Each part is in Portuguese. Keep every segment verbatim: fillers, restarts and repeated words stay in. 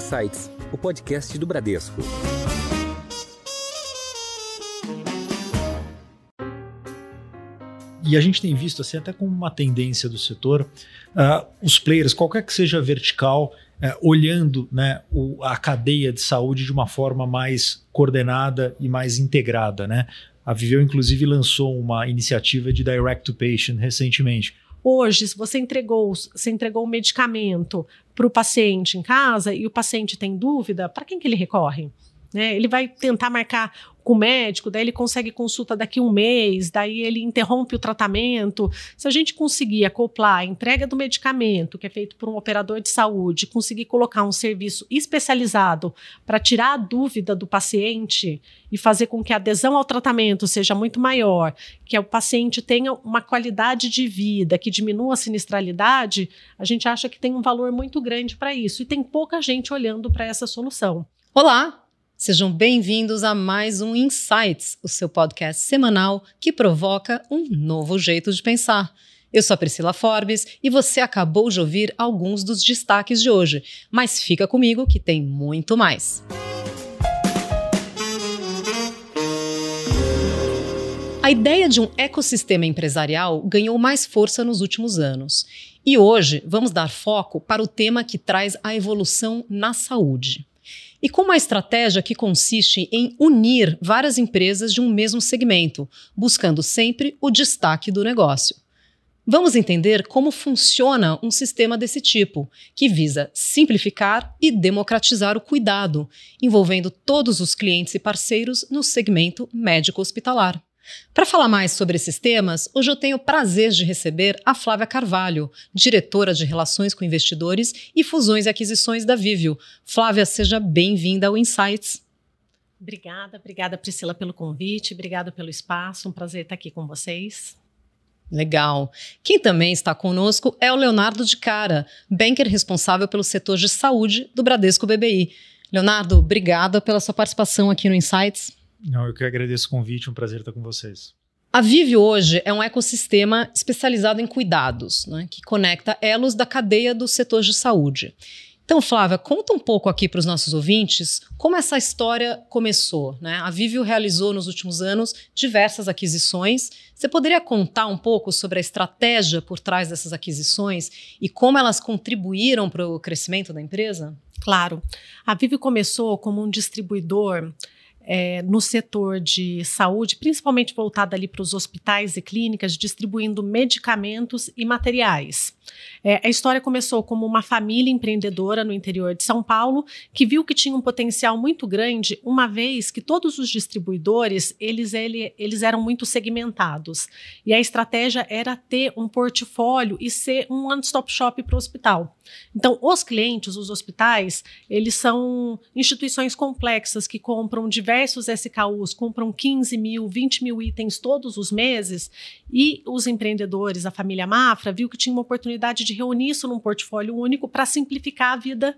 Insights, o podcast do Bradesco. E a gente tem visto, assim, até como uma tendência do setor, uh, os players, qualquer que seja vertical, uh, olhando, né, o, a cadeia de saúde de uma forma mais coordenada e mais integrada, né? A Viveo, inclusive, lançou uma iniciativa de Direct to Patient recentemente. Hoje, se você entregou, você entregou um medicamento para o paciente em casa e o paciente tem dúvida, para quem que ele recorre? Né? Ele vai tentar marcar com o médico, daí ele consegue consulta daqui a um mês, daí ele interrompe o tratamento. Se a gente conseguir acoplar a entrega do medicamento, que é feito por um operador de saúde, conseguir colocar um serviço especializado para tirar a dúvida do paciente e fazer com que a adesão ao tratamento seja muito maior, que o paciente tenha uma qualidade de vida, que diminua a sinistralidade, a gente acha que tem um valor muito grande para isso. E tem pouca gente olhando para essa solução. Olá! Sejam bem-vindos a mais um Insights, o seu podcast semanal que provoca um novo jeito de pensar. Eu sou a Priscila Forbes e você acabou de ouvir alguns dos destaques de hoje, mas fica comigo que tem muito mais. A ideia de um ecossistema empresarial ganhou mais força nos últimos anos. E hoje vamos dar foco para o tema que traz a evolução na saúde. E com uma estratégia que consiste em unir várias empresas de um mesmo segmento, buscando sempre o destaque do negócio. Vamos entender como funciona um sistema desse tipo, que visa simplificar e democratizar o cuidado, envolvendo todos os clientes e parceiros no segmento médico-hospitalar. Para falar mais sobre esses temas, hoje eu tenho o prazer de receber a Flávia Carvalho, diretora de Relações com Investidores e Fusões e Aquisições da Viveo. Flávia, seja bem-vinda ao Insights. Obrigada, obrigada Priscila pelo convite, obrigada pelo espaço, um prazer estar aqui com vocês. Legal. Quem também está conosco é o Leonardo de Cara, banker responsável pelo setor de saúde do Bradesco B B I. Leonardo, obrigada pela sua participação aqui no Insights. Não, eu que agradeço o convite, um prazer estar com vocês. A Viveo hoje é um ecossistema especializado em cuidados, né, que conecta elos da cadeia do setor de saúde. Então, Flávia, conta um pouco aqui para os nossos ouvintes como essa história começou, né? A Viveo realizou nos últimos anos diversas aquisições. Você poderia contar um pouco sobre a estratégia por trás dessas aquisições e como elas contribuíram para o crescimento da empresa? Claro. A Viveo começou como um distribuidor É, no setor de saúde, principalmente voltado ali para os hospitais e clínicas, distribuindo medicamentos e materiais. É, a história começou como uma família empreendedora no interior de São Paulo, que viu que tinha um potencial muito grande, uma vez que todos os distribuidores, eles, ele, eles eram muito segmentados. E a estratégia era ter um portfólio e ser um one-stop shop para o hospital. Então, os clientes, os hospitais, eles são instituições complexas que compram diversos S K Us, compram quinze mil, vinte mil itens todos os meses, e os empreendedores, a família Mafra, viu que tinha uma oportunidade de reunir isso num portfólio único para simplificar a vida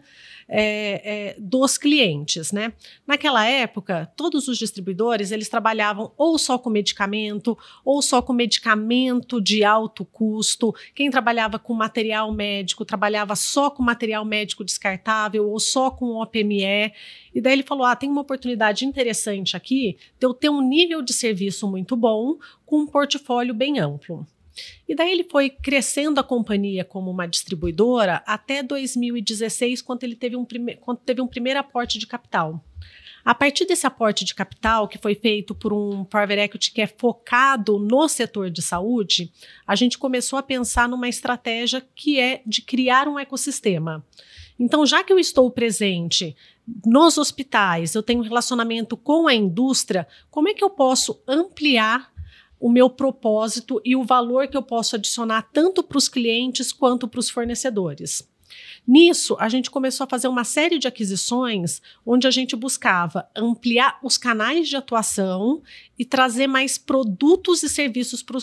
é, é, dos clientes, né? Naquela época, todos os distribuidores, eles trabalhavam ou só com medicamento, ou só com medicamento de alto custo. Quem trabalhava com material médico, trabalhava só com material médico descartável ou só com O P M E. E daí ele falou, ah, tem uma oportunidade interessante aqui de eu ter um nível de serviço muito bom com um portfólio bem amplo. E daí ele foi crescendo a companhia como uma distribuidora até dois mil e dezesseis, quando ele teve um, prime- quando teve um primeiro aporte de capital. A partir desse aporte de capital, que foi feito por um private equity que é focado no setor de saúde, a gente começou a pensar numa estratégia que é de criar um ecossistema. Então, já que eu estou presente nos hospitais, eu tenho um relacionamento com a indústria, como é que eu posso ampliar o meu propósito e o valor que eu posso adicionar tanto para os clientes quanto para os fornecedores? Nisso, a gente começou a fazer uma série de aquisições onde a gente buscava ampliar os canais de atuação e trazer mais produtos e serviços para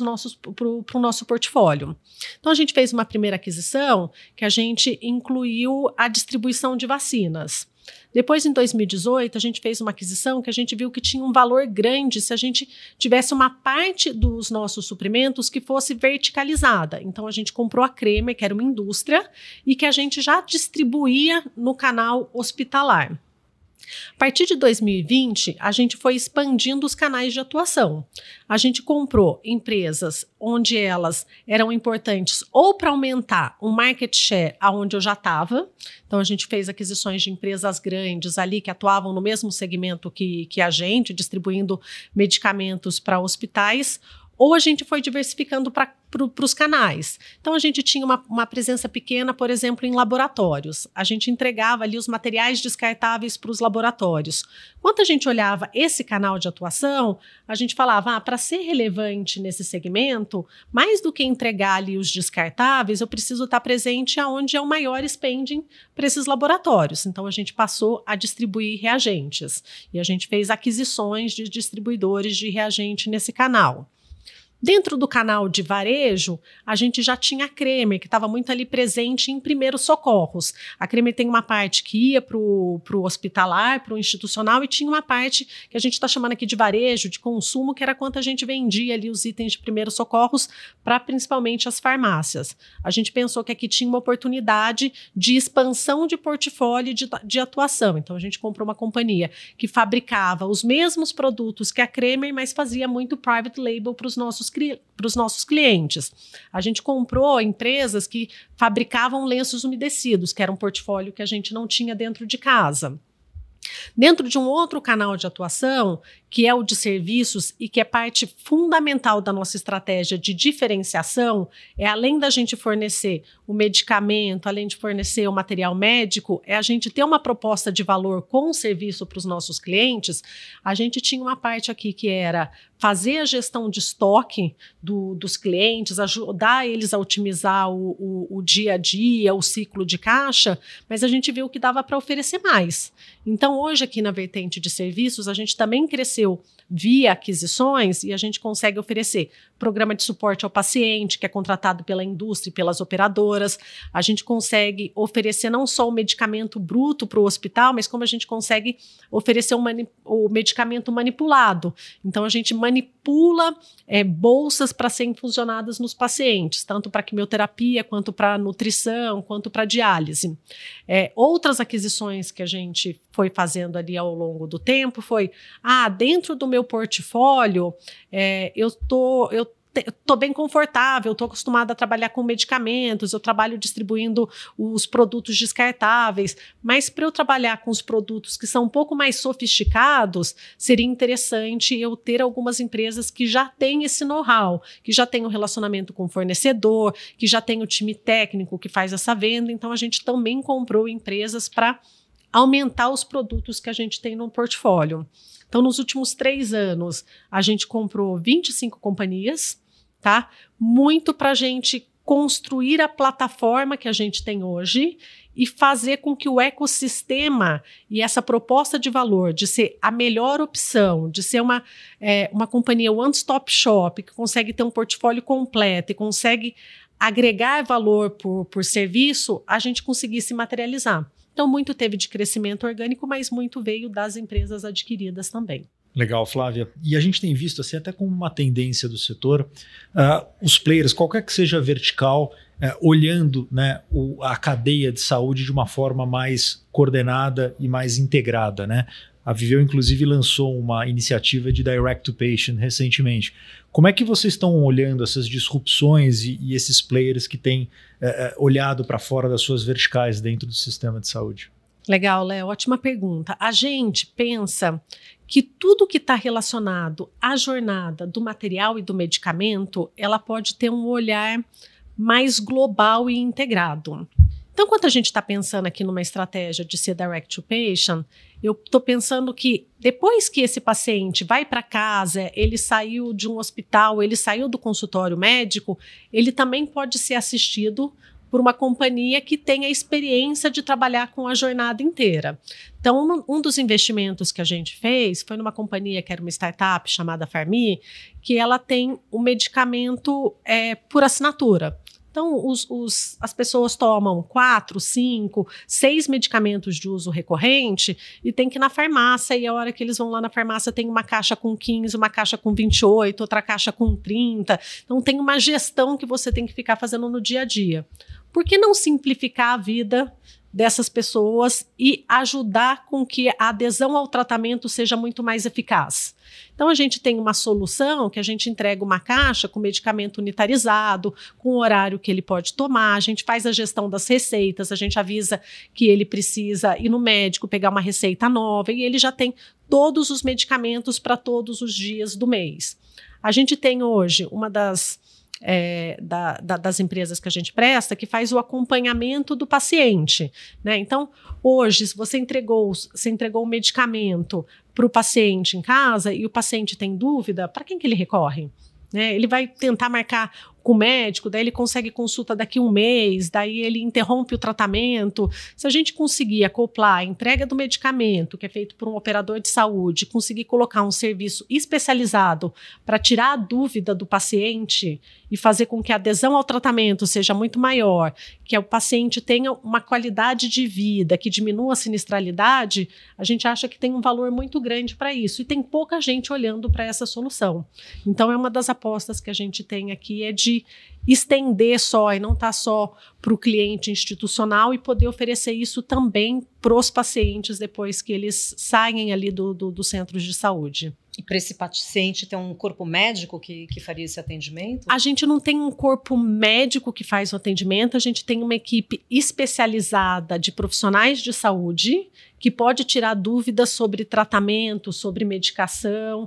o nosso portfólio. Então, a gente fez uma primeira aquisição que a gente incluiu a distribuição de vacinas. Depois, em dois mil e dezoito, a gente fez uma aquisição que a gente viu que tinha um valor grande se a gente tivesse uma parte dos nossos suprimentos que fosse verticalizada. Então, a gente comprou a Cremer, que era uma indústria, e que a gente já distribuía no canal hospitalar. A partir de dois mil e vinte, a gente foi expandindo os canais de atuação. A gente comprou empresas onde elas eram importantes ou para aumentar o market share aonde eu já estava. Então, a gente fez aquisições de empresas grandes ali que atuavam no mesmo segmento que, que a gente, distribuindo medicamentos para hospitais, ou a gente foi diversificando para para os canais. Então, a gente tinha uma, uma presença pequena, por exemplo, em laboratórios. A gente entregava ali os materiais descartáveis para os laboratórios. Quando a gente olhava esse canal de atuação, a gente falava, ah, para ser relevante nesse segmento, mais do que entregar ali os descartáveis, eu preciso estar presente aonde é o maior spending para esses laboratórios. Então, a gente passou a distribuir reagentes. E a gente fez aquisições de distribuidores de reagente nesse canal. Dentro do canal de varejo, a gente já tinha a Cremer, que estava muito ali presente em primeiros socorros. A Cremer tem uma parte que ia para o hospitalar, para o institucional, e tinha uma parte que a gente está chamando aqui de varejo, de consumo, que era quanto a gente vendia ali os itens de primeiros socorros para principalmente as farmácias. A gente pensou que aqui tinha uma oportunidade de expansão de portfólio de, de atuação. Então, a gente comprou uma companhia que fabricava os mesmos produtos que a Cremer, mas fazia muito private label para os nossos para os nossos clientes. A gente comprou empresas que fabricavam lenços umedecidos, que era um portfólio que a gente não tinha dentro de casa. Dentro de um outro canal de atuação, que é o de serviços e que é parte fundamental da nossa estratégia de diferenciação, é além da gente fornecer o medicamento, além de fornecer o material médico, é a gente ter uma proposta de valor com o serviço para os nossos clientes. A gente tinha uma parte aqui que era fazer a gestão de estoque do, dos clientes, ajudar eles a otimizar o, o, o dia a dia, o ciclo de caixa, mas a gente viu que dava para oferecer mais. Então, hoje aqui na vertente de serviços, a gente também cresceu via aquisições e a gente consegue oferecer programa de suporte ao paciente, que é contratado pela indústria e pelas operadoras. A gente consegue oferecer não só o medicamento bruto para o hospital, mas como a gente consegue oferecer o, mani- o medicamento manipulado. Então, a gente manipula é, bolsas para serem funcionadas nos pacientes, tanto para quimioterapia, quanto para nutrição, quanto para diálise. É, outras aquisições que a gente foi fazendo ali ao longo do tempo foi, ah, dentro do meu portfólio, é, eu tô, eu estou bem confortável, estou acostumada a trabalhar com medicamentos, eu trabalho distribuindo os produtos descartáveis, mas para eu trabalhar com os produtos que são um pouco mais sofisticados, seria interessante eu ter algumas empresas que já têm esse know-how, que já têm um relacionamento com o fornecedor, que já tem o time técnico que faz essa venda. Então, a gente também comprou empresas para aumentar os produtos que a gente tem no portfólio. Então, nos últimos três anos, a gente comprou vinte e cinco companhias, tá? Muito para a gente construir a plataforma que a gente tem hoje e fazer com que o ecossistema e essa proposta de valor de ser a melhor opção, de ser uma, é, uma companhia one-stop shop, que consegue ter um portfólio completo e consegue agregar valor por, por serviço, a gente conseguisse materializar. Então, muito teve de crescimento orgânico, mas muito veio das empresas adquiridas também. Legal, Flávia. E a gente tem visto, assim, até como uma tendência do setor, uh, os players, qualquer que seja vertical, uh, olhando, né, o, a cadeia de saúde de uma forma mais coordenada e mais integrada, né? A Viveo, inclusive, lançou uma iniciativa de Direct to Patient recentemente. Como é que vocês estão olhando essas disrupções e, e esses players que têm é, olhado para fora das suas verticais dentro do sistema de saúde? Legal, Léo. Ótima pergunta. A gente pensa que tudo que está relacionado à jornada do material e do medicamento, ela pode ter um olhar mais global e integrado. Então, quando a gente está pensando aqui numa estratégia de ser direct to patient, eu estou pensando que depois que esse paciente vai para casa, ele saiu de um hospital, ele saiu do consultório médico, ele também pode ser assistido por uma companhia que tenha experiência de trabalhar com a jornada inteira. Então, um, um dos investimentos que a gente fez foi numa companhia que era uma startup chamada Farmi, que ela tem o medicamento é, por assinatura. Então, os, os, as pessoas tomam quatro, cinco, seis medicamentos de uso recorrente e tem que ir na farmácia, e a hora que eles vão lá na farmácia tem uma caixa com quinze, uma caixa com vinte e oito, outra caixa com trinta. Então, tem uma gestão que você tem que ficar fazendo no dia a dia. Por que não simplificar a vida dessas pessoas e ajudar com que a adesão ao tratamento seja muito mais eficaz? Então, a gente tem uma solução que a gente entrega uma caixa com medicamento unitarizado, com o horário que ele pode tomar, a gente faz a gestão das receitas, a gente avisa que ele precisa ir no médico, pegar uma receita nova, e ele já tem todos os medicamentos para todos os dias do mês. A gente tem hoje uma das... É, da, da, das empresas que a gente presta, que faz o acompanhamento do paciente, né? Então, hoje, se você entregou, você entregou o medicamento para o paciente em casa e o paciente tem dúvida, para quem que ele recorre? Né? Ele vai tentar marcar com o médico, daí ele consegue consulta daqui a um mês, daí ele interrompe o tratamento. Se a gente conseguir acoplar a entrega do medicamento, que é feito por um operador de saúde, conseguir colocar um serviço especializado para tirar a dúvida do paciente e fazer com que a adesão ao tratamento seja muito maior, que o paciente tenha uma qualidade de vida, que diminua a sinistralidade, a gente acha que tem um valor muito grande para isso. E tem pouca gente olhando para essa solução. Então, é uma das apostas que a gente tem aqui, é de estender só e não estar tá só para o cliente institucional e poder oferecer isso também para os pacientes depois que eles saem ali do, do, do centro de saúde. E para esse paciente ter um corpo médico que, que faria esse atendimento? A gente não tem um corpo médico que faz o atendimento, a gente tem uma equipe especializada de profissionais de saúde que pode tirar dúvidas sobre tratamento, sobre medicação.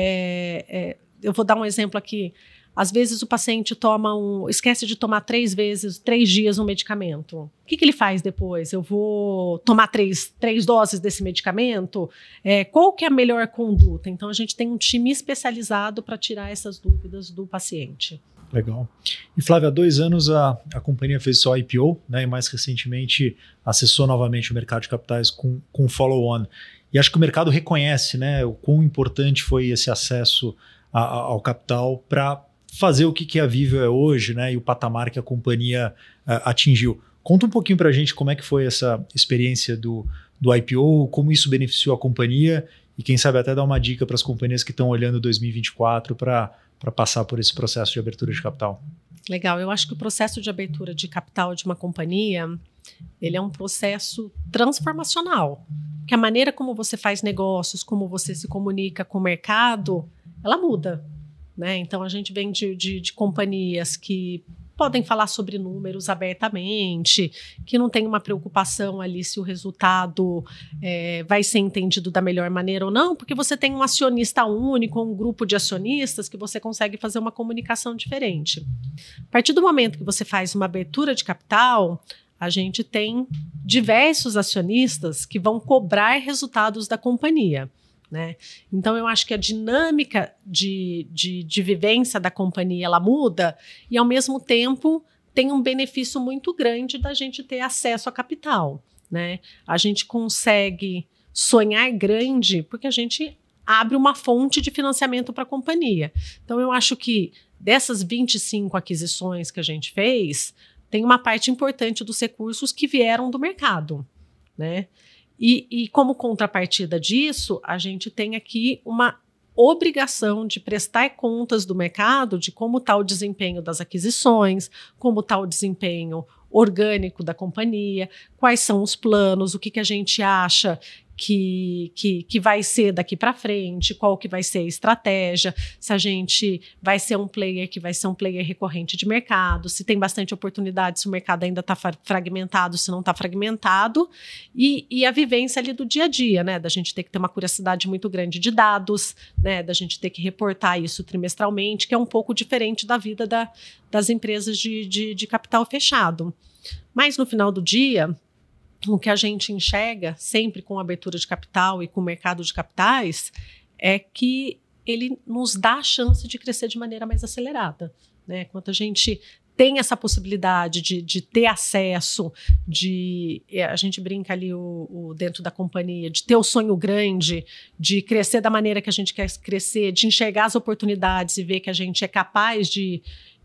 É, é, eu vou dar um exemplo aqui. Às vezes o paciente toma um, esquece de tomar três vezes, três dias um medicamento. O que, que ele faz depois? Eu vou tomar três, três doses desse medicamento? É, qual que é a melhor conduta? Então, a gente tem um time especializado para tirar essas dúvidas do paciente. Legal. E Flávia, há dois anos a, a companhia fez seu I P O, né, e mais recentemente acessou novamente o mercado de capitais com, com follow-on. E acho que o mercado reconhece, né, o quão importante foi esse acesso a, a, ao capital para fazer o que, que a Viveo é hoje, né, e o patamar que a companhia uh, atingiu. Conta um pouquinho para a gente como é que foi essa experiência do, do I P O, como isso beneficiou a companhia e quem sabe até dar uma dica para as companhias que estão olhando dois mil e vinte e quatro para passar por esse processo de abertura de capital. Legal, eu acho que o processo de abertura de capital de uma companhia, ele é um processo transformacional, que a maneira como você faz negócios, como você se comunica com o mercado, ela muda. Né? Então, a gente vem de, de, de companhias que podem falar sobre números abertamente, que não tem uma preocupação ali se o resultado é, vai ser entendido da melhor maneira ou não, porque você tem um acionista único, um grupo de acionistas que você consegue fazer uma comunicação diferente. A partir do momento que você faz uma abertura de capital, a gente tem diversos acionistas que vão cobrar resultados da companhia. Né? Então, eu acho que a dinâmica de, de, de vivência da companhia ela muda e, ao mesmo tempo, tem um benefício muito grande da gente ter acesso a capital. Né? A gente consegue sonhar grande porque a gente abre uma fonte de financiamento para a companhia. Então, eu acho que dessas vinte e cinco aquisições que a gente fez, tem uma parte importante dos recursos que vieram do mercado, né? E, e como contrapartida disso, a gente tem aqui uma obrigação de prestar contas do mercado de como está o desempenho das aquisições, como está o desempenho orgânico da companhia, quais são os planos, o que, que a gente acha que, que, que vai ser daqui para frente, qual que vai ser a estratégia, se a gente vai ser um player que vai ser um player recorrente de mercado, se tem bastante oportunidade, se o mercado ainda está fragmentado, se não está fragmentado, e, e a vivência ali do dia a dia, né, da gente ter que ter uma curiosidade muito grande de dados, né, da gente ter que reportar isso trimestralmente, que é um pouco diferente da vida da, das empresas de, de, de capital fechado. Mas no final do dia, o que a gente enxerga sempre com a abertura de capital e com o mercado de capitais é que ele nos dá a chance de crescer de maneira mais acelerada. Né? Quando a gente tem essa possibilidade de, de ter acesso, de a gente brinca ali o, o, dentro da companhia, de ter o sonho grande, de crescer da maneira que a gente quer crescer, de enxergar as oportunidades e ver que a gente é capaz de,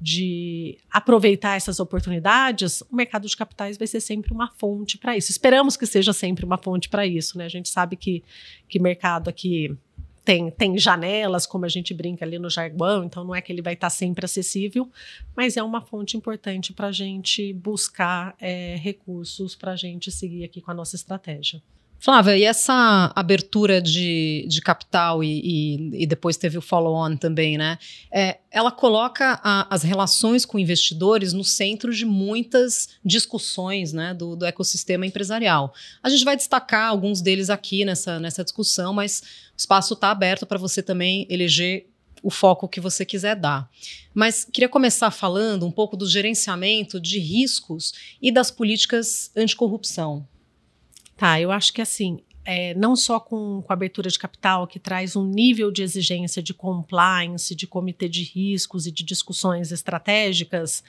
de aproveitar essas oportunidades, o mercado de capitais vai ser sempre uma fonte para isso. Esperamos que seja sempre uma fonte para isso, né? A gente sabe que, que mercado aqui Tem, tem janelas, como a gente brinca ali no jargão, então não é que ele vai estar sempre acessível, mas é uma fonte importante para a gente buscar é, recursos para a gente seguir aqui com a nossa estratégia. Flávia, e essa abertura de, de capital e, e, e depois teve o follow-on também, né? É, ela coloca a, as relações com investidores no centro de muitas discussões, né, do, do ecossistema empresarial. A gente vai destacar alguns deles aqui nessa, nessa discussão, mas o espaço está aberto para você também eleger o foco que você quiser dar. Mas queria começar falando um pouco do gerenciamento de riscos e das políticas anticorrupção. Tá, eu acho que assim, é, não só com, com a abertura de capital, que traz um nível de exigência de compliance, de comitê de riscos e de discussões estratégicas,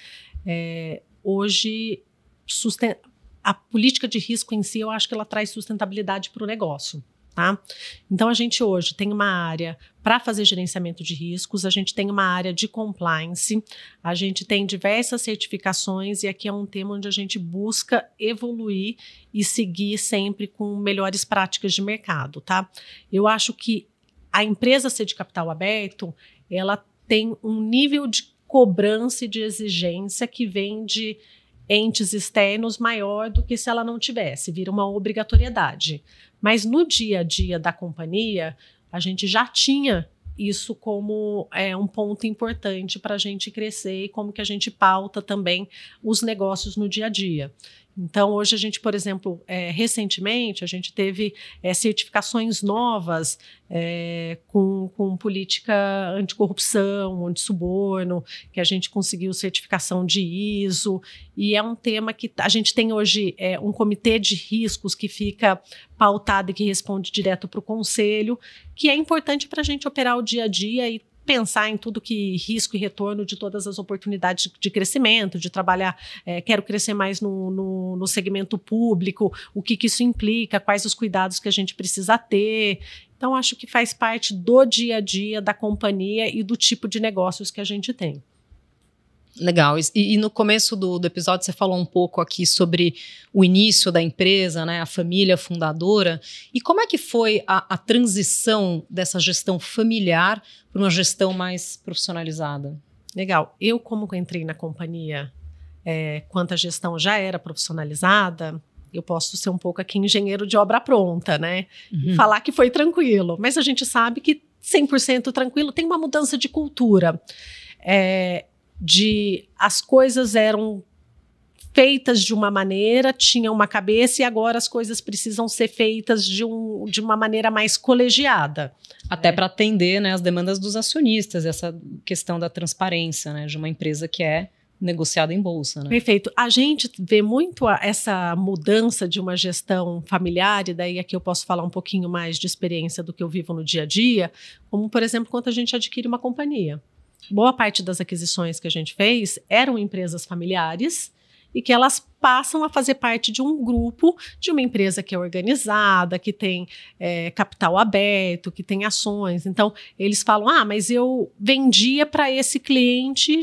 é, hoje susten- a política de risco em si, eu acho que ela traz sustentabilidade para o negócio. Tá? Então a gente hoje tem uma área para fazer gerenciamento de riscos, a gente tem uma área de compliance, a gente tem diversas certificações e aqui é um tema onde a gente busca evoluir e seguir sempre com melhores práticas de mercado, tá? Eu acho que a empresa ser de capital aberto, ela tem um nível de cobrança e de exigência que vem de entes externos maior do que se ela não tivesse, vira uma obrigatoriedade. Mas no dia a dia da companhia, a gente já tinha isso como é, um ponto importante para a gente crescer e como que a gente pauta também os negócios no dia a dia. Então, hoje a gente, por exemplo, é, recentemente, a gente teve é, certificações novas é, com, com política anticorrupção, antissuborno, que a gente conseguiu certificação de I S O, e é um tema que a gente tem hoje é, um comitê de riscos que fica pautado e que responde direto para o conselho, que é importante para a gente operar o dia a dia e pensar em tudo que risco e retorno de todas as oportunidades de crescimento, de trabalhar, é, quero crescer mais no, no, no segmento público, o que, que isso implica, quais os cuidados que a gente precisa ter. Então, acho que faz parte do dia a dia da companhia e do tipo de negócios que a gente tem. Legal. E, e no começo do, do episódio você falou um pouco aqui sobre o início da empresa, né, a família fundadora. E como é que foi a, a transição dessa gestão familiar para uma gestão mais profissionalizada? Legal. Eu, como entrei na companhia, é, quando a gestão já era profissionalizada, eu posso ser um pouco aqui engenheiro de obra pronta, né? Uhum. Falar que foi tranquilo. Mas a gente sabe que cem por cento tranquilo tem uma mudança de cultura. É... de as coisas eram feitas de uma maneira, tinham uma cabeça e agora as coisas precisam ser feitas de, um, de uma maneira mais colegiada. Até é. para atender, né, as demandas dos acionistas, essa questão da transparência, né, de uma empresa que é negociada em bolsa. Né? Perfeito. A gente vê muito a, essa mudança de uma gestão familiar, e daí aqui eu posso falar um pouquinho mais de experiência do que eu vivo no dia a dia, como, por exemplo, quando a gente adquire uma companhia. Boa parte das aquisições que a gente fez eram empresas familiares e que elas passam a fazer parte de um grupo, de uma empresa que é organizada, que tem é, capital aberto, que tem ações. Então, eles falam, ah, mas eu vendia para esse cliente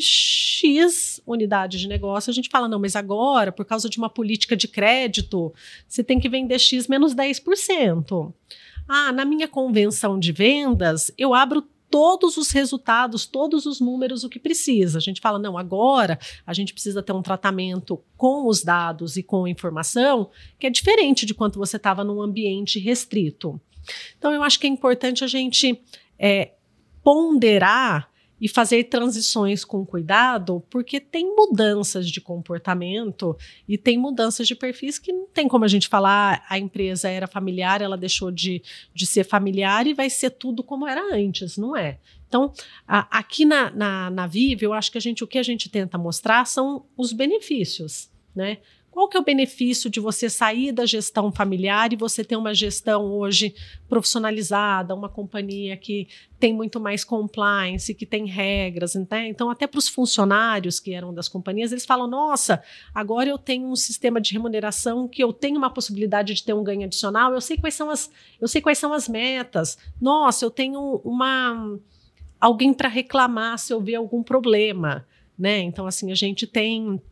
X unidade de negócio. A gente fala, não, mas agora, por causa de uma política de crédito, você tem que vender X menos dez por cento. Ah, na minha convenção de vendas, eu abro todos os resultados, todos os números, o que precisa. A gente fala, não, agora a gente precisa ter um tratamento com os dados e com a informação que é diferente de quando você estava num ambiente restrito. Então, eu acho que é importante a gente é, ponderar e fazer transições com cuidado, porque tem mudanças de comportamento e tem mudanças de perfis que não tem como a gente falar, a empresa era familiar, ela deixou de, de ser familiar e vai ser tudo como era antes, não é? Então, a, aqui na, na, na Vive, eu acho que a gente, o que a gente tenta mostrar são os benefícios, né? Qual que é o benefício de você sair da gestão familiar e você ter uma gestão hoje profissionalizada, uma companhia que tem muito mais compliance, que tem regras, né? Então até para os funcionários que eram das companhias, eles falam, nossa, agora eu tenho um sistema de remuneração que eu tenho uma possibilidade de ter um ganho adicional, eu sei quais são as, eu sei quais são as metas, nossa, eu tenho uma, alguém para reclamar se eu ver algum problema, né? Então assim, a gente tem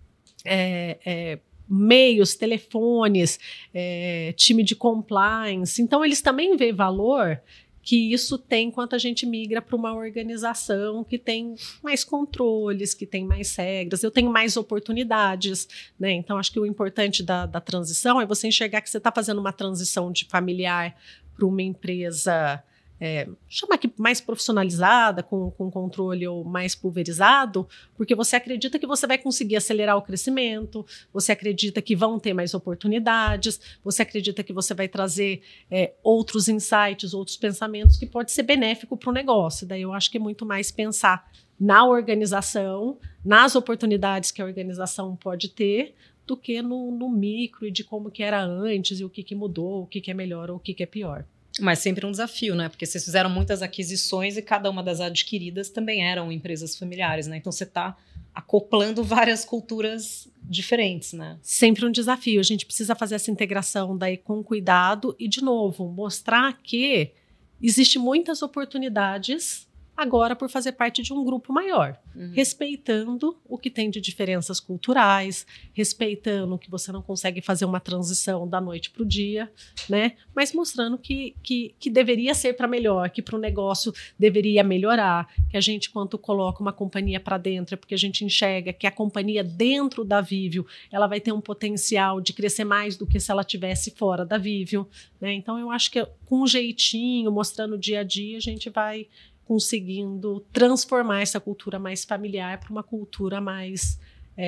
é, é, meios, telefones, é, time de compliance. Então, eles também veem valor que isso tem quando a gente migra para uma organização que tem mais controles, que tem mais regras, eu tenho mais oportunidades, né? Então, acho que o importante da, da transição é você enxergar que você está fazendo uma transição de familiar para uma empresa... É, chama aqui mais profissionalizada, com, com controle ou mais pulverizado, porque você acredita que você vai conseguir acelerar o crescimento, você acredita que vão ter mais oportunidades, você acredita que você vai trazer é, outros insights, outros pensamentos que pode ser benéfico para o negócio. Daí eu acho que é muito mais pensar na organização, nas oportunidades que a organização pode ter, do que no, no micro e de como que era antes e o que, que mudou, o que, que é melhor ou o que, que é pior. Mas sempre um desafio, né? Porque vocês fizeram muitas aquisições e cada uma das adquiridas também eram empresas familiares, né? Então você está acoplando várias culturas diferentes, né? Sempre um desafio. A gente precisa fazer essa integração daí com cuidado e, de novo, mostrar que existem muitas oportunidades agora por fazer parte de um grupo maior, uhum. respeitando o que tem de diferenças culturais, respeitando que você não consegue fazer uma transição da noite para o dia, né? Mas mostrando que, que, que deveria ser para melhor, que para o negócio deveria melhorar, que a gente, quando coloca uma companhia para dentro, é porque a gente enxerga que a companhia dentro da Viveo, ela vai ter um potencial de crescer mais do que se ela estivesse fora da Viveo, né? Então, eu acho que com um jeitinho, mostrando o dia a dia, a gente vai conseguindo transformar essa cultura mais familiar para uma cultura mais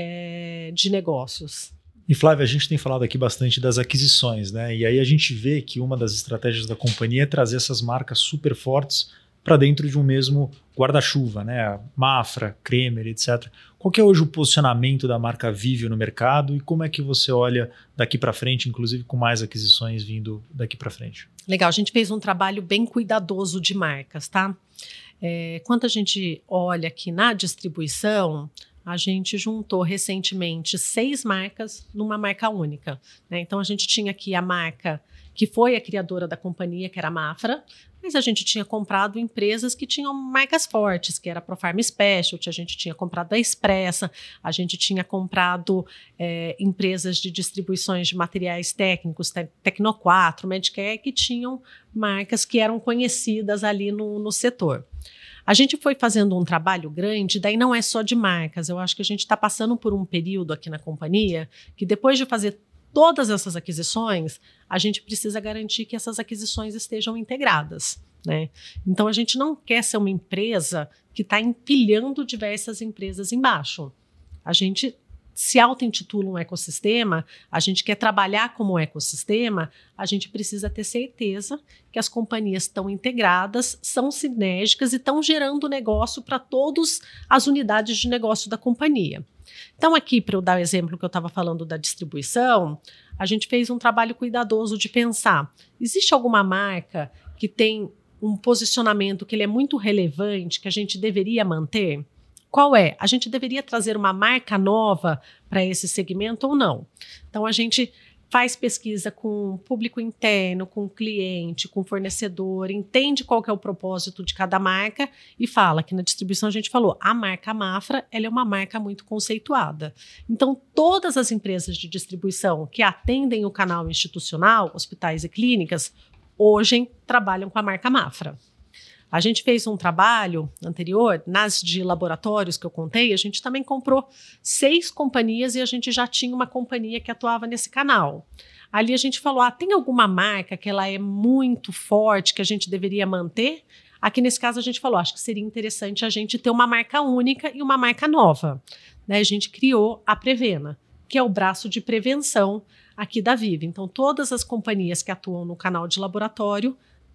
é, de negócios. E Flávia, a gente tem falado aqui bastante das aquisições, né? E aí a gente vê que uma das estratégias da companhia é trazer essas marcas super fortes para dentro de um mesmo guarda-chuva, né? Mafra, Cremer, etcétera. Qual que é hoje o posicionamento da marca Viveo no mercado e como é que você olha daqui para frente, inclusive com mais aquisições vindo daqui para frente? Legal, a gente fez um trabalho bem cuidadoso de marcas, tá? É, quando a gente olha aqui na distribuição, a gente juntou recentemente seis marcas numa marca única, né? Então, a gente tinha aqui a marca que foi a criadora da companhia, que era a Mafra, mas a gente tinha comprado empresas que tinham marcas fortes, que era a Profarma Specialty, a gente tinha comprado a Expressa, a gente tinha comprado é, empresas de distribuições de materiais técnicos, te Tecno quatro, Medcare, que tinham marcas que eram conhecidas ali no, no setor. A gente foi fazendo um trabalho grande, daí não é só de marcas, eu acho que a gente está passando por um período aqui na companhia que depois de fazer todas essas aquisições, a gente precisa garantir que essas aquisições estejam integradas, né? Então, a gente não quer ser uma empresa que está empilhando diversas empresas embaixo. A gente se auto-intitula um ecossistema, a gente quer trabalhar como um ecossistema, a gente precisa ter certeza que as companhias estão integradas, são sinérgicas e estão gerando negócio para todas as unidades de negócio da companhia. Então, aqui, para eu dar o exemplo que eu estava falando da distribuição, a gente fez um trabalho cuidadoso de pensar, existe alguma marca que tem um posicionamento que ele é muito relevante, que a gente deveria manter? Qual é? A gente deveria trazer uma marca nova para esse segmento ou não? Então, a gente faz pesquisa com público interno, com cliente, com fornecedor, entende qual que é o propósito de cada marca e fala que na distribuição a gente falou, a marca Mafra, ela é uma marca muito conceituada. Então, todas as empresas de distribuição que atendem o canal institucional, hospitais e clínicas, hoje trabalham com a marca Mafra. A gente fez um trabalho anterior, nas de laboratórios que eu contei, a gente também comprou seis companhias e a gente já tinha uma companhia que atuava nesse canal. Ali a gente falou, ah, tem alguma marca que ela é muito forte, que a gente deveria manter? Aqui nesse caso a gente falou, acho que seria interessante a gente ter uma marca única e uma marca nova. Né? A gente criou a Prevena, que é o braço de prevenção aqui da Viveo. Então, todas as companhias que atuam no canal de laboratório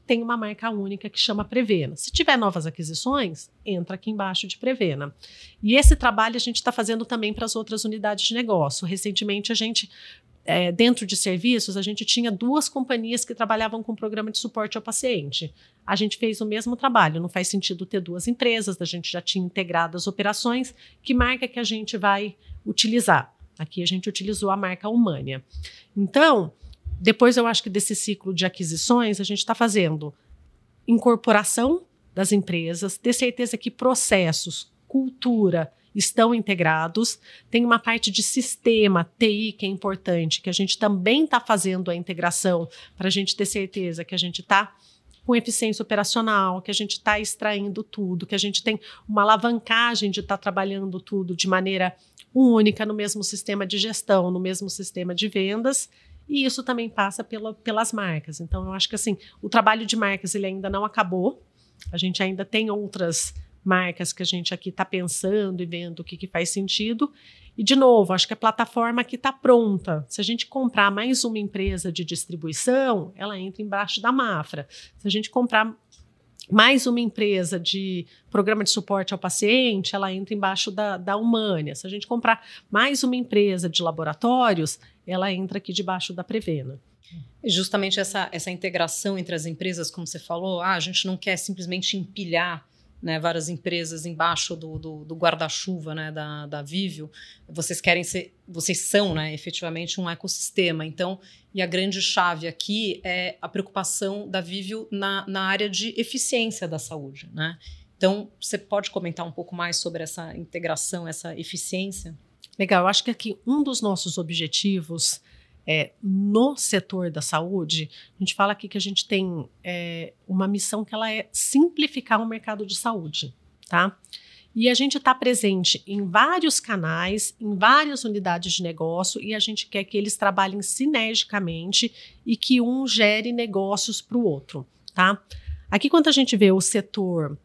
tem uma marca única que chama Prevena. Se tiver novas aquisições, entra aqui embaixo de Prevena. E esse trabalho a gente está fazendo também para as outras unidades de negócio. Recentemente, a gente, é, dentro de serviços, a gente tinha duas companhias que trabalhavam com programa de suporte ao paciente. A gente fez o mesmo trabalho. Não faz sentido ter duas empresas, a gente já tinha integrado as operações. Que marca que a gente vai utilizar? Aqui a gente utilizou a marca Humania. Então, depois eu acho que desse ciclo de aquisições, a gente está fazendo incorporação das empresas, ter certeza que processos, cultura estão integrados. Tem uma parte de sistema, T I, que é importante, que a gente também está fazendo a integração para a gente ter certeza que a gente está com eficiência operacional, que a gente está extraindo tudo, que a gente tem uma alavancagem de estar tá trabalhando tudo de maneira única no mesmo sistema de gestão, no mesmo sistema de vendas. E isso também passa pela, pelas marcas. Então, eu acho que assim, o trabalho de marcas ele ainda não acabou. A gente ainda tem outras marcas que a gente aqui está pensando e vendo o que, que faz sentido. E, de novo, acho que a plataforma aqui está pronta. Se a gente comprar mais uma empresa de distribuição, ela entra embaixo da Mafra. Se a gente comprar mais uma empresa de programa de suporte ao paciente, ela entra embaixo da, da Humania. Se a gente comprar mais uma empresa de laboratórios, ela entra aqui debaixo da Prevena. Justamente essa, essa integração entre as empresas, como você falou, ah, a gente não quer simplesmente empilhar, né, várias empresas embaixo do, do, do guarda-chuva, né, da, da Vivio. Vocês querem ser, vocês são, né, efetivamente um ecossistema. Então, e a grande chave aqui é a preocupação da Vivio na, na área de eficiência da saúde, né? Então, você pode comentar um pouco mais sobre essa integração, essa eficiência? Legal, eu acho que aqui um dos nossos objetivos é, no setor da saúde, a gente fala aqui que a gente tem é, uma missão que ela é simplificar o mercado de saúde, tá? E a gente está presente em vários canais, em várias unidades de negócio, e a gente quer que eles trabalhem sinergicamente e que um gere negócios para o outro, tá? Aqui, quando a gente vê o setor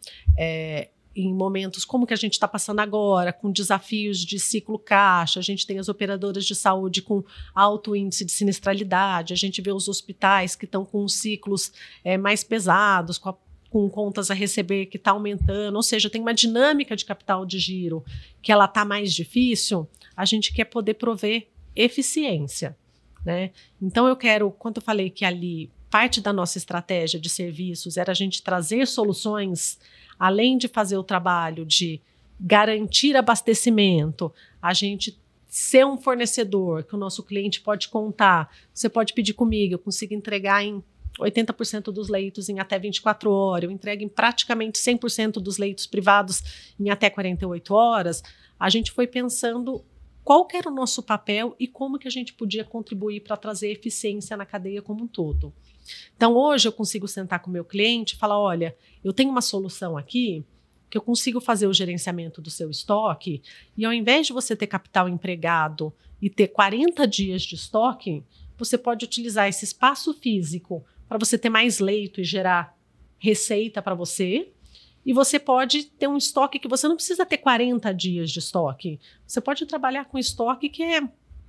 é, em momentos como que a gente está passando agora, com desafios de ciclo caixa, a gente tem as operadoras de saúde com alto índice de sinistralidade, a gente vê os hospitais que estão com ciclos é, mais pesados, com, a, com contas a receber que está aumentando, ou seja, tem uma dinâmica de capital de giro que ela está mais difícil, a gente quer poder prover eficiência, né? Então eu quero, quando eu falei que ali parte da nossa estratégia de serviços era a gente trazer soluções, além de fazer o trabalho de garantir abastecimento, a gente ser um fornecedor que o nosso cliente pode contar. Você pode pedir comigo, eu consigo entregar em oitenta por cento dos leitos em até vinte e quatro horas, eu entrego em praticamente cem por cento dos leitos privados em até quarenta e oito horas. A gente foi pensando qual que era o nosso papel e como que a gente podia contribuir para trazer eficiência na cadeia como um todo. Então, hoje eu consigo sentar com o meu cliente e falar, olha, eu tenho uma solução aqui que eu consigo fazer o gerenciamento do seu estoque e ao invés de você ter capital empregado e ter quarenta dias de estoque, você pode utilizar esse espaço físico para você ter mais leito e gerar receita para você. E você pode ter um estoque que você não precisa ter quarenta dias de estoque. Você pode trabalhar com estoque que é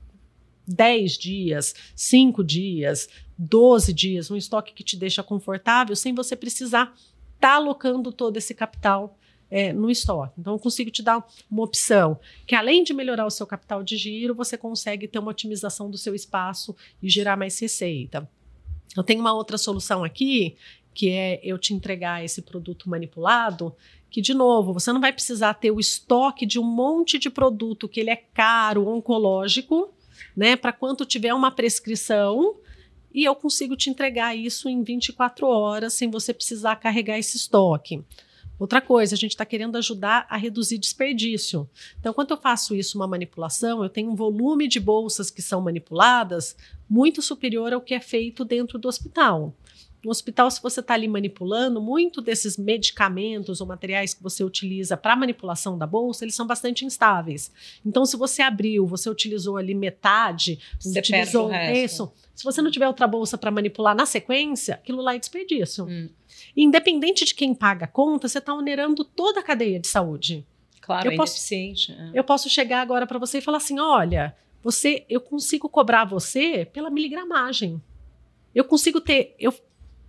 dez dias, cinco dias, doze dias, um estoque que te deixa confortável sem você precisar estar tá alocando todo esse capital é, no estoque. Então, eu consigo te dar uma opção que, além de melhorar o seu capital de giro, você consegue ter uma otimização do seu espaço e gerar mais receita. Eu tenho uma outra solução aqui, que é eu te entregar esse produto manipulado, que, de novo, você não vai precisar ter o estoque de um monte de produto que ele é caro, oncológico, né, para quando tiver uma prescrição, e eu consigo te entregar isso em vinte e quatro horas, sem você precisar carregar esse estoque. Outra coisa, a gente está querendo ajudar a reduzir desperdício. Então, quando eu faço isso, uma manipulação, eu tenho um volume de bolsas que são manipuladas muito superior ao que é feito dentro do hospital. No hospital, se você está ali manipulando, muito desses medicamentos ou materiais que você utiliza para manipulação da bolsa, eles são bastante instáveis. Então, se você abriu, você utilizou ali metade, você utilizou perde o resto. isso. Se você não tiver outra bolsa para manipular na sequência, aquilo lá é desperdício. Hum. Independente de quem paga a conta, você está onerando toda a cadeia de saúde. Claro, eu é posso, ineficiente. É. Eu posso chegar agora para você e falar assim, olha, você, eu consigo cobrar você pela miligramagem. Eu consigo ter... Eu,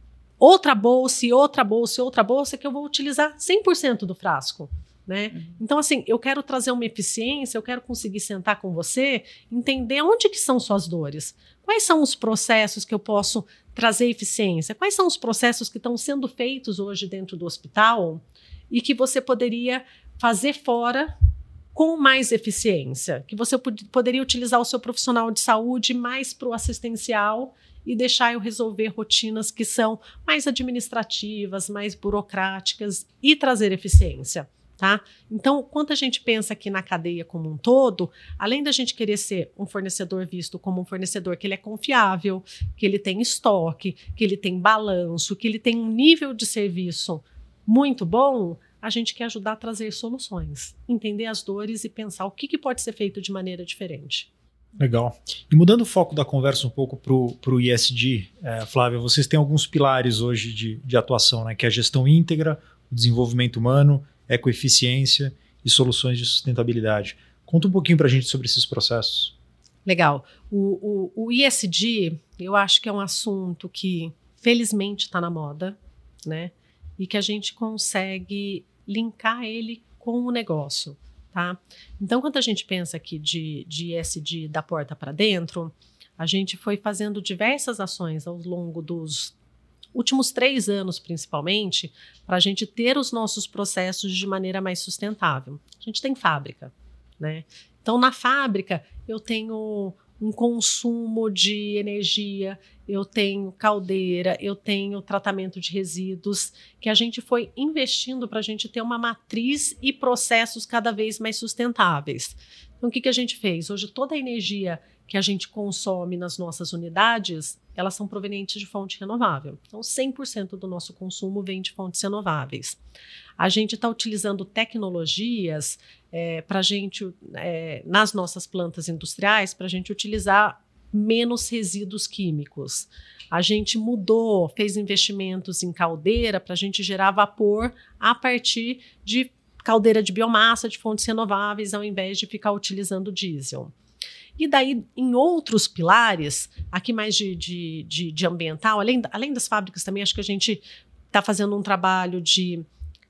outra bolsa, e outra bolsa, e outra bolsa, que eu vou utilizar cem por cento do frasco. Né? Uhum. Então, assim, eu quero trazer uma eficiência, eu quero conseguir sentar com você, entender onde que são suas dores, quais são os processos que eu posso trazer eficiência, quais são os processos que estão sendo feitos hoje dentro do hospital e que você poderia fazer fora com mais eficiência, que você pod- poderia utilizar o seu profissional de saúde mais para o assistencial e deixar eu resolver rotinas que são mais administrativas, mais burocráticas e trazer eficiência. Tá? Então, quando a gente pensa aqui na cadeia como um todo, além da gente querer ser um fornecedor visto como um fornecedor que ele é confiável, que ele tem estoque, que ele tem balanço, que ele tem um nível de serviço muito bom, a gente quer ajudar a trazer soluções, entender as dores e pensar o que, que pode ser feito de maneira diferente. Legal. E mudando o foco da conversa um pouco para o E S G, é, Flávia, vocês têm alguns pilares hoje de, de atuação, né, que é a gestão íntegra, o desenvolvimento humano, ecoeficiência e soluções de sustentabilidade. Conta um pouquinho para a gente sobre esses processos. Legal. O, o, o E S G, eu acho que é um assunto que, felizmente, está na moda, né? E que a gente consegue linkar ele com o negócio, tá? Então, quando a gente pensa aqui de, de E S G da porta para dentro, a gente foi fazendo diversas ações ao longo dos últimos três anos, principalmente, para a gente ter os nossos processos de maneira mais sustentável. A gente tem fábrica, né? Então, na fábrica, eu tenho um consumo de energia, eu tenho caldeira, eu tenho tratamento de resíduos, que a gente foi investindo para a gente ter uma matriz e processos cada vez mais sustentáveis. Então, o que, que a gente fez? Hoje, toda a energia que a gente consome nas nossas unidades, elas são provenientes de fonte renovável. Então, cem por cento do nosso consumo vem de fontes renováveis. A gente está utilizando tecnologias é, para a gente, é, nas nossas plantas industriais, para a gente utilizar menos resíduos químicos. A gente mudou, fez investimentos em caldeira para a gente gerar vapor a partir de caldeira de biomassa, de fontes renováveis, ao invés de ficar utilizando diesel. E daí, em outros pilares, aqui mais de, de, de, de ambiental, além, além das fábricas também, acho que a gente está fazendo um trabalho de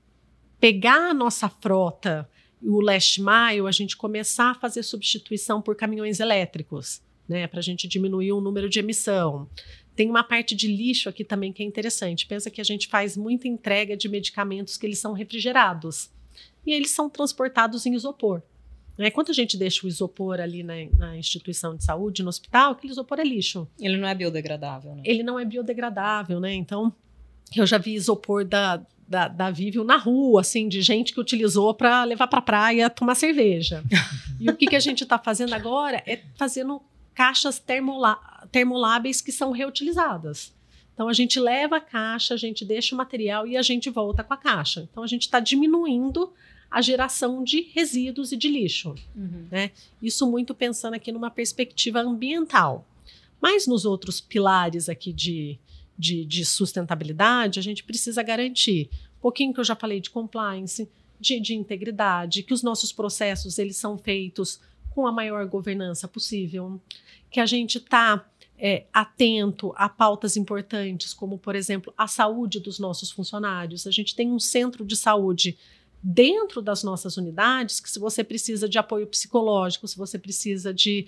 pegar a nossa frota, o last mile, a gente começar a fazer substituição por caminhões elétricos, né, para a gente diminuir o número de emissão. Tem uma parte de lixo aqui também que é interessante. Pensa que a gente faz muita entrega de medicamentos que eles são refrigerados e eles são transportados em isopor. Né? Quando a gente deixa o isopor ali na, na instituição de saúde, no hospital, aquele isopor é lixo. Ele não é biodegradável, né? Ele não é biodegradável, né? Então, eu já vi isopor da, da, da Vivio na rua, assim, de gente que utilizou para levar para a praia tomar cerveja. E o que, que a gente está fazendo agora é fazendo caixas termola- termoláveis que são reutilizadas. Então, a gente leva a caixa, a gente deixa o material e a gente volta com a caixa. Então, a gente está diminuindo a geração de resíduos e de lixo. Uhum. Né? Isso muito pensando aqui numa perspectiva ambiental. Mas nos outros pilares aqui de, de, de sustentabilidade, a gente precisa garantir um pouquinho que eu já falei de compliance, de, de integridade, que os nossos processos eles são feitos com a maior governança possível, que a gente está é, atento a pautas importantes, como, por exemplo, a saúde dos nossos funcionários. A gente tem um centro de saúde dentro das nossas unidades, que se você precisa de apoio psicológico, se você precisa de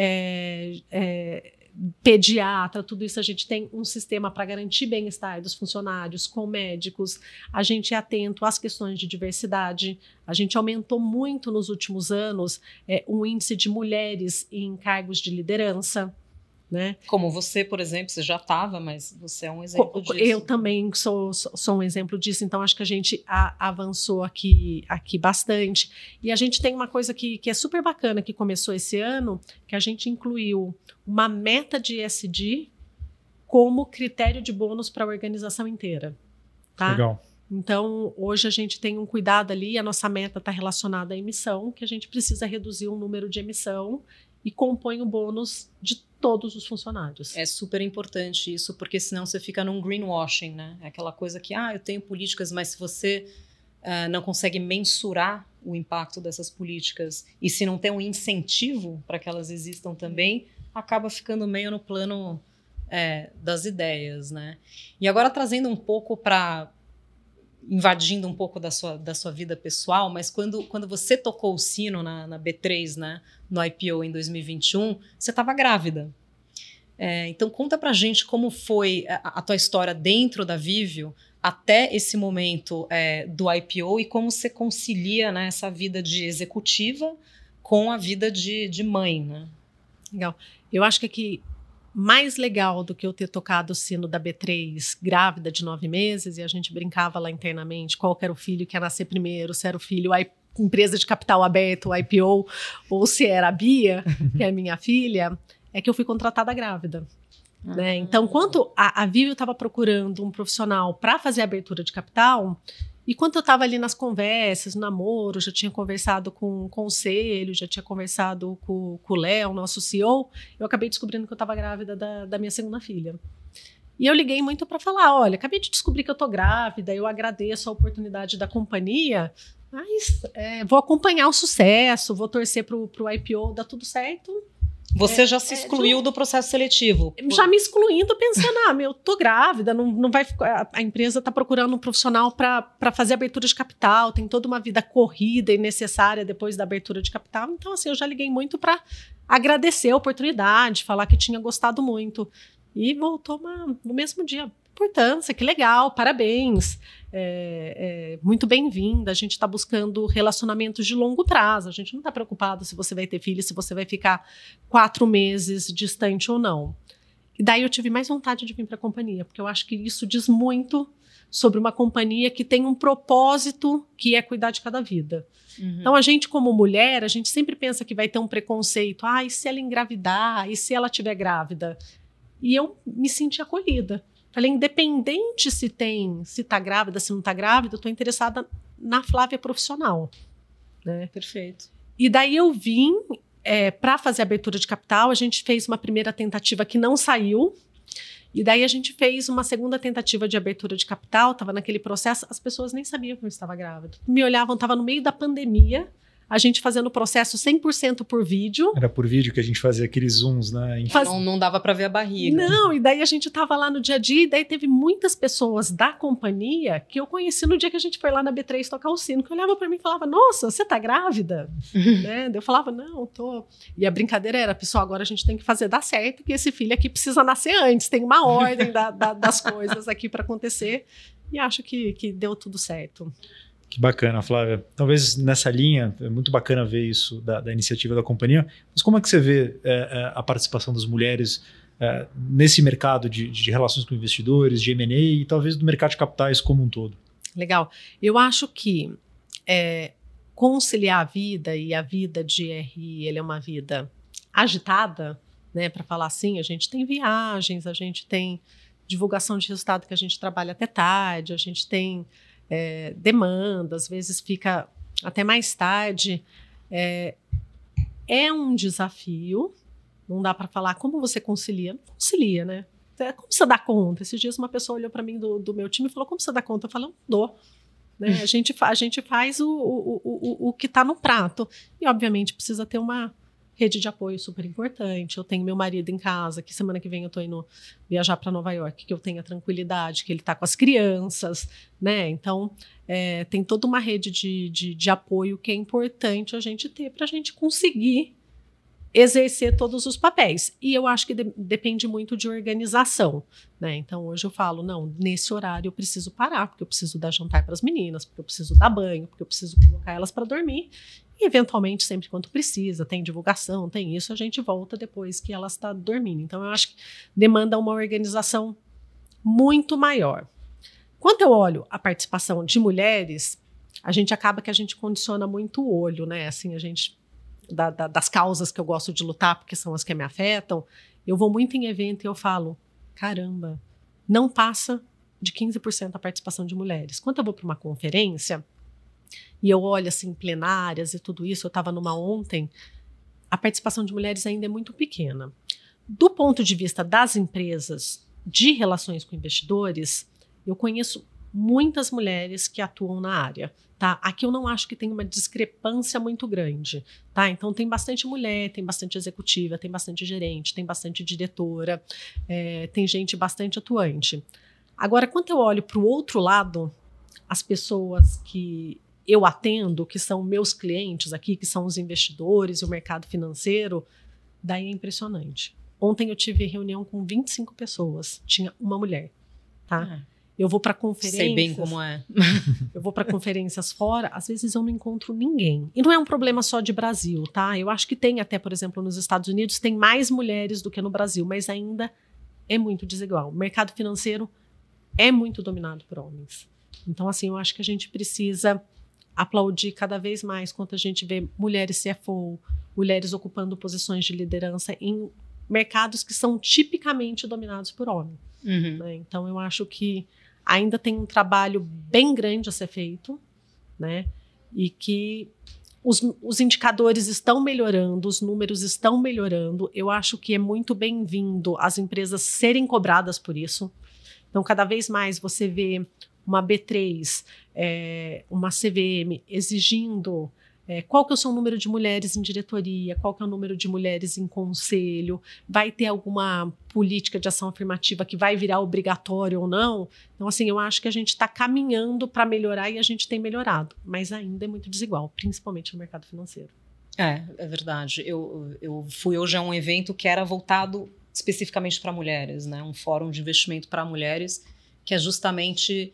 é, é, pediatra, tudo isso a gente tem um sistema para garantir bem-estar dos funcionários, com médicos, a gente é atento às questões de diversidade, a gente aumentou muito nos últimos anos é, o índice de mulheres em cargos de liderança. Né? Como você, por exemplo, você já estava, mas você é um exemplo disso. Eu também sou, sou um exemplo disso, então acho que a gente a, avançou aqui, aqui bastante. E a gente tem uma coisa que, que é super bacana, que começou esse ano, que a gente incluiu uma meta de E S G como critério de bônus para a organização inteira. Tá? Legal. Então, hoje a gente tem um cuidado ali, a nossa meta está relacionada à emissão, que a gente precisa reduzir o número de emissão e compõe o bônus de todos os funcionários. É super importante isso, porque senão você fica num greenwashing, né? É aquela coisa que, ah, eu tenho políticas, mas se você uh, não consegue mensurar o impacto dessas políticas e se não tem um incentivo para que elas existam também, acaba ficando meio no plano é, das ideias, né? E agora trazendo um pouco para... invadindo um pouco da sua, da sua vida pessoal, mas quando, quando você tocou o sino na, na B três, né, no I P O em dois mil e vinte e um, você estava grávida. É, então conta pra gente como foi a, a tua história dentro da Viveo até esse momento é, do I P O e como você concilia, né, essa vida de executiva com a vida de, de mãe, né? Legal. Eu acho que aqui mais legal do que eu ter tocado o sino da B três grávida de nove meses, e a gente brincava lá internamente qual que era o filho que ia nascer primeiro, se era o filho a empresa de capital aberto, o I P O, ou se era a Bia, que é minha filha, é que eu fui contratada grávida. Ah. Né? Então, quando a, a Viveo estava procurando um profissional para fazer a abertura de capital, e quando eu estava ali nas conversas, no namoro, já tinha conversado com o conselho, já tinha conversado com, com o Léo, nosso C E O, eu acabei descobrindo que eu estava grávida da, da minha segunda filha. E eu liguei muito para falar, olha, acabei de descobrir que eu estou grávida, eu agradeço a oportunidade da companhia, mas é, vou acompanhar o sucesso, vou torcer para o I P O, dar tudo certo. Você é, já se é, excluiu de... do processo seletivo? Já me excluindo, pensando, ah, meu, tô grávida, não, não vai ficar, a empresa está procurando um profissional para fazer abertura de capital, tem toda uma vida corrida e necessária depois da abertura de capital. Então, assim, eu já liguei muito para agradecer a oportunidade, falar que tinha gostado muito. E voltou uma, no mesmo dia. Importância, que legal, parabéns, é, é, muito bem-vinda. A gente está buscando relacionamentos de longo prazo, a gente não está preocupado se você vai ter filho, se você vai ficar quatro meses distante ou não. E daí eu tive mais vontade de vir para a companhia, porque eu acho que isso diz muito sobre uma companhia que tem um propósito que é cuidar de cada vida. Uhum. Então a gente como mulher, a gente sempre pensa que vai ter um preconceito, ah, e se ela engravidar, e se ela estiver grávida? E eu me senti acolhida. Falei, independente se tem, se está grávida, se não está grávida, eu estou interessada na Flávia profissional. Né? Perfeito. E daí eu vim é, para fazer a abertura de capital, a gente fez uma primeira tentativa que não saiu, e daí a gente fez uma segunda tentativa de abertura de capital, estava naquele processo, as pessoas nem sabiam que eu estava grávida. Me olhavam, estava no meio da pandemia, a gente fazendo o processo cem por cento por vídeo. Era por vídeo que a gente fazia aqueles zooms, né? Faz... Não, não dava para ver a barriga. Não, e daí a gente estava lá no dia a dia, e daí teve muitas pessoas da companhia que eu conheci no dia que a gente foi lá na B três tocar o sino, que olhava para mim e falava, nossa, você tá grávida? Né? Eu falava, não, tô... E a brincadeira era, pessoal, agora a gente tem que fazer dar certo, que esse filho aqui precisa nascer antes, tem uma ordem da, da, das coisas aqui para acontecer, e acho que, que deu tudo certo. Que bacana, Flávia. Talvez nessa linha, é muito bacana ver isso da, da iniciativa da companhia, mas como é que você vê é, a participação das mulheres é, nesse mercado de, de relações com investidores, de M and A e talvez do mercado de capitais como um todo? Legal. Eu acho que é, conciliar a vida, e a vida de R I, ele é uma vida agitada, né, para falar assim, a gente tem viagens, a gente tem divulgação de resultado que a gente trabalha até tarde, a gente tem É, demanda, às vezes fica até mais tarde. É, é um desafio, não dá para falar como você concilia. Não concilia, né? Como você dá conta? Esses dias uma pessoa olhou para mim do, do meu time e falou, como você dá conta? Eu falei, não dou. Né? A, gente, a gente faz o, o, o, o que está no prato. E, obviamente, precisa ter uma rede de apoio super importante. Eu tenho meu marido em casa, que semana que vem eu estou indo viajar para Nova York, que eu tenha tranquilidade, que ele está com as crianças, né? Então, é, tem toda uma rede de, de, de apoio que é importante a gente ter para a gente conseguir exercer todos os papéis. E eu acho que de, depende muito de organização, né? Então, hoje eu falo, não, nesse horário eu preciso parar, porque eu preciso dar jantar para as meninas, porque eu preciso dar banho, porque eu preciso colocar elas para dormir. E, eventualmente, sempre quando precisa, tem divulgação, tem isso, a gente volta depois que ela está dormindo. Então, eu acho que demanda uma organização muito maior. Quando eu olho a participação de mulheres, a gente acaba que a gente condiciona muito o olho, né? Assim, a gente, da, da, das causas que eu gosto de lutar, porque são as que me afetam, eu vou muito em evento e eu falo, caramba, não passa de quinze por cento a participação de mulheres. Quando eu vou para uma conferência e eu olho assim, plenárias e tudo isso, eu estava numa ontem, a participação de mulheres ainda é muito pequena. Do ponto de vista das empresas de relações com investidores, eu conheço muitas mulheres que atuam na área. Tá? Aqui eu não acho que tem uma discrepância muito grande. Tá? Então tem bastante mulher, tem bastante executiva, tem bastante gerente, tem bastante diretora, é, tem gente bastante atuante. Agora, quando eu olho para o outro lado, as pessoas que eu atendo, que são meus clientes aqui, que são os investidores, o mercado financeiro, daí é impressionante. Ontem eu tive reunião com vinte e cinco pessoas, tinha uma mulher. Tá? É. Eu vou para conferências. Sei bem como é. Eu vou para conferências fora, às vezes eu não encontro ninguém. E não é um problema só de Brasil, tá? Eu acho que tem até, por exemplo, nos Estados Unidos, tem mais mulheres do que no Brasil, mas ainda é muito desigual. O mercado financeiro é muito dominado por homens. Então, assim, eu acho que a gente precisa aplaudir cada vez mais quando a gente vê mulheres C F O, mulheres ocupando posições de liderança em mercados que são tipicamente dominados por homens. Uhum. Né? Então, eu acho que ainda tem um trabalho bem grande a ser feito, né? E que os, os indicadores estão melhorando, os números estão melhorando. Eu acho que é muito bem-vindo as empresas serem cobradas por isso. Então, cada vez mais você vê uma B três, é, uma C V M exigindo é, qual que é o seu número de mulheres em diretoria, qual que é o número de mulheres em conselho, vai ter alguma política de ação afirmativa que vai virar obrigatório ou não. Então, assim, eu acho que a gente está caminhando para melhorar e a gente tem melhorado, mas ainda é muito desigual, principalmente no mercado financeiro. É, é verdade. Eu, eu fui hoje a um evento que era voltado especificamente para mulheres, né? Um fórum de investimento para mulheres, que é justamente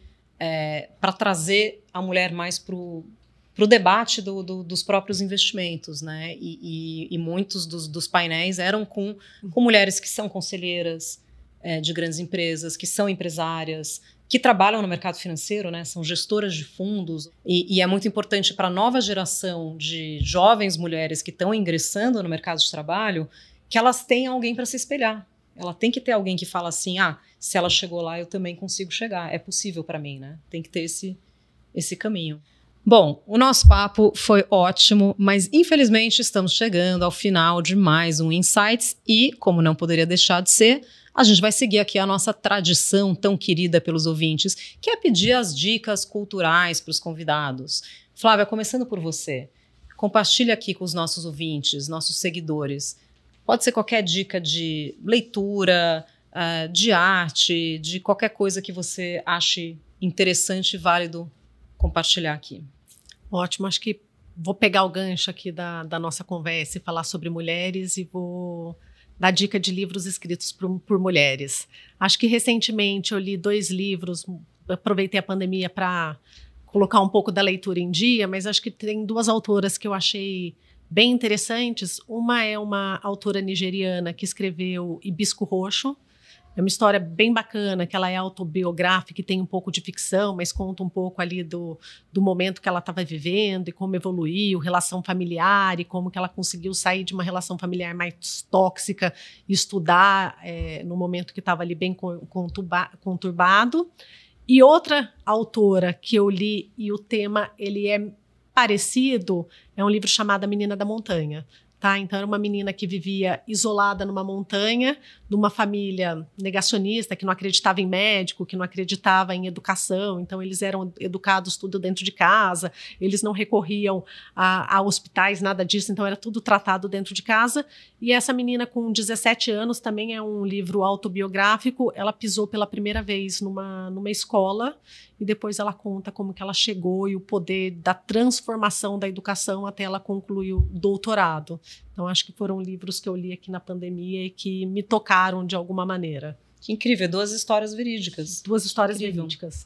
é, para trazer a mulher mais para o para o debate do, do, dos próprios investimentos, né? E, e, e muitos dos, dos painéis eram com, com mulheres que são conselheiras é, de grandes empresas, que são empresárias, que trabalham no mercado financeiro, né? São gestoras de fundos. E, e é muito importante para a nova geração de jovens mulheres que estão ingressando no mercado de trabalho que elas tenham alguém para se espelhar. Ela tem que ter alguém que fala assim, ah, se ela chegou lá, eu também consigo chegar. É possível para mim, né? Tem que ter esse, esse caminho. Bom, o nosso papo foi ótimo, mas infelizmente estamos chegando ao final de mais um Insights e, como não poderia deixar de ser, a gente vai seguir aqui a nossa tradição tão querida pelos ouvintes, que é pedir as dicas culturais para os convidados. Flávia, começando por você, compartilha aqui com os nossos ouvintes, nossos seguidores. Pode ser qualquer dica de leitura, uh, de arte, de qualquer coisa que você ache interessante e válido compartilhar aqui. Ótimo, acho que vou pegar o gancho aqui da, da nossa conversa e falar sobre mulheres e vou dar dica de livros escritos por, por mulheres. Acho que recentemente eu li dois livros, aproveitei a pandemia para colocar um pouco da leitura em dia, mas acho que tem duas autoras que eu achei bem interessantes. Uma é uma autora nigeriana que escreveu Hibisco Roxo. É uma história bem bacana, que ela é autobiográfica e tem um pouco de ficção, mas conta um pouco ali do, do momento que ela estava vivendo e como evoluiu, relação familiar e como que ela conseguiu sair de uma relação familiar mais tóxica e estudar é, no momento que estava ali bem conturba, conturbado. E outra autora que eu li e o tema ele é parecido, é um livro chamado A Menina da Montanha. Tá? Então, era uma menina que vivia isolada numa montanha, numa família negacionista, que não acreditava em médico, que não acreditava em educação. Então, eles eram educados tudo dentro de casa, eles não recorriam a, a hospitais, nada disso. Então, era tudo tratado dentro de casa. E essa menina, com dezessete anos, também é um livro autobiográfico. Ela pisou pela primeira vez numa, numa escola e depois ela conta como que ela chegou e o poder da transformação da educação até ela concluir o doutorado. Então, acho que foram livros que eu li aqui na pandemia e que me tocaram de alguma maneira. Que incrível, duas histórias verídicas. Duas histórias incrível. verídicas.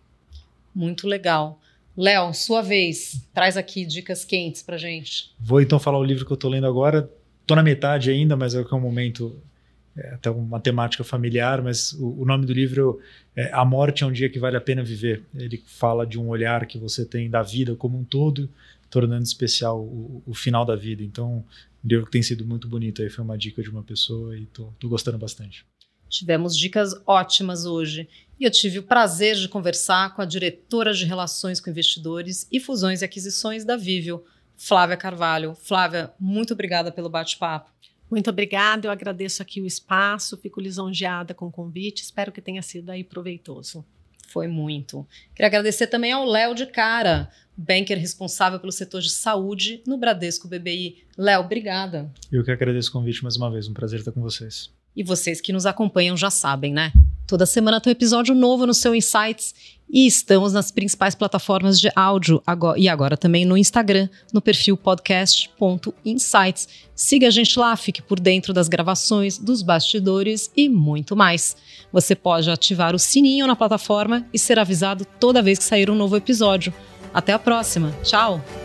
Muito legal. Léo, sua vez, traz aqui dicas quentes pra gente. Vou então falar o livro que eu tô lendo agora. Tô na metade ainda, mas é que é um momento... É até uma temática familiar, mas o, o nome do livro é A Morte é um Dia que Vale a Pena Viver. Ele fala de um olhar que você tem da vida como um todo, tornando especial o, o final da vida. Então, um livro que tem sido muito bonito. Aí foi uma dica de uma pessoa e tô, tô gostando bastante. Tivemos dicas ótimas hoje. E eu tive o prazer de conversar com a diretora de Relações com Investidores e Fusões e Aquisições da Viveo, Flávia Carvalho. Flávia, muito obrigada pelo bate-papo. Muito obrigada, eu agradeço aqui o espaço, fico lisonjeada com o convite, espero que tenha sido aí proveitoso. Foi muito. Queria agradecer também ao Léo de Cara, banker responsável pelo setor de saúde no Bradesco B B I. Léo, obrigada. Eu que agradeço o convite mais uma vez, um prazer estar com vocês. E vocês que nos acompanham já sabem, né? Toda semana tem um episódio novo no seu Insights e estamos nas principais plataformas de áudio agora, e agora também no Instagram, no perfil podcast ponto insights. Siga a gente lá, fique por dentro das gravações, dos bastidores e muito mais. Você pode ativar o sininho na plataforma e ser avisado toda vez que sair um novo episódio. Até a próxima. Tchau!